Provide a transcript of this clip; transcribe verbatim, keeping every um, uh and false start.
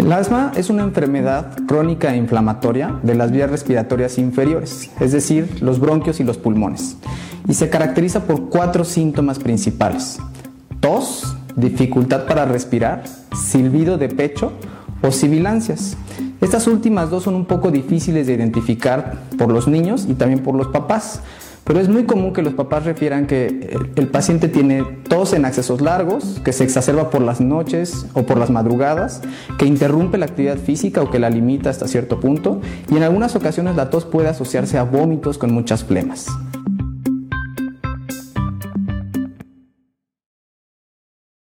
El asma es una enfermedad crónica e inflamatoria de las vías respiratorias inferiores, es decir, los bronquios y los pulmones, y se caracteriza por cuatro síntomas principales: tos, dificultad para respirar, silbido de pecho o sibilancias. Estas últimas dos son un poco difíciles de identificar por los niños y también por los papás, pero es muy común que los papás refieran que el paciente tiene tos en accesos largos, que se exacerba por las noches o por las madrugadas, que interrumpe la actividad física o que la limita hasta cierto punto, y en algunas ocasiones la tos puede asociarse a vómitos con muchas flemas.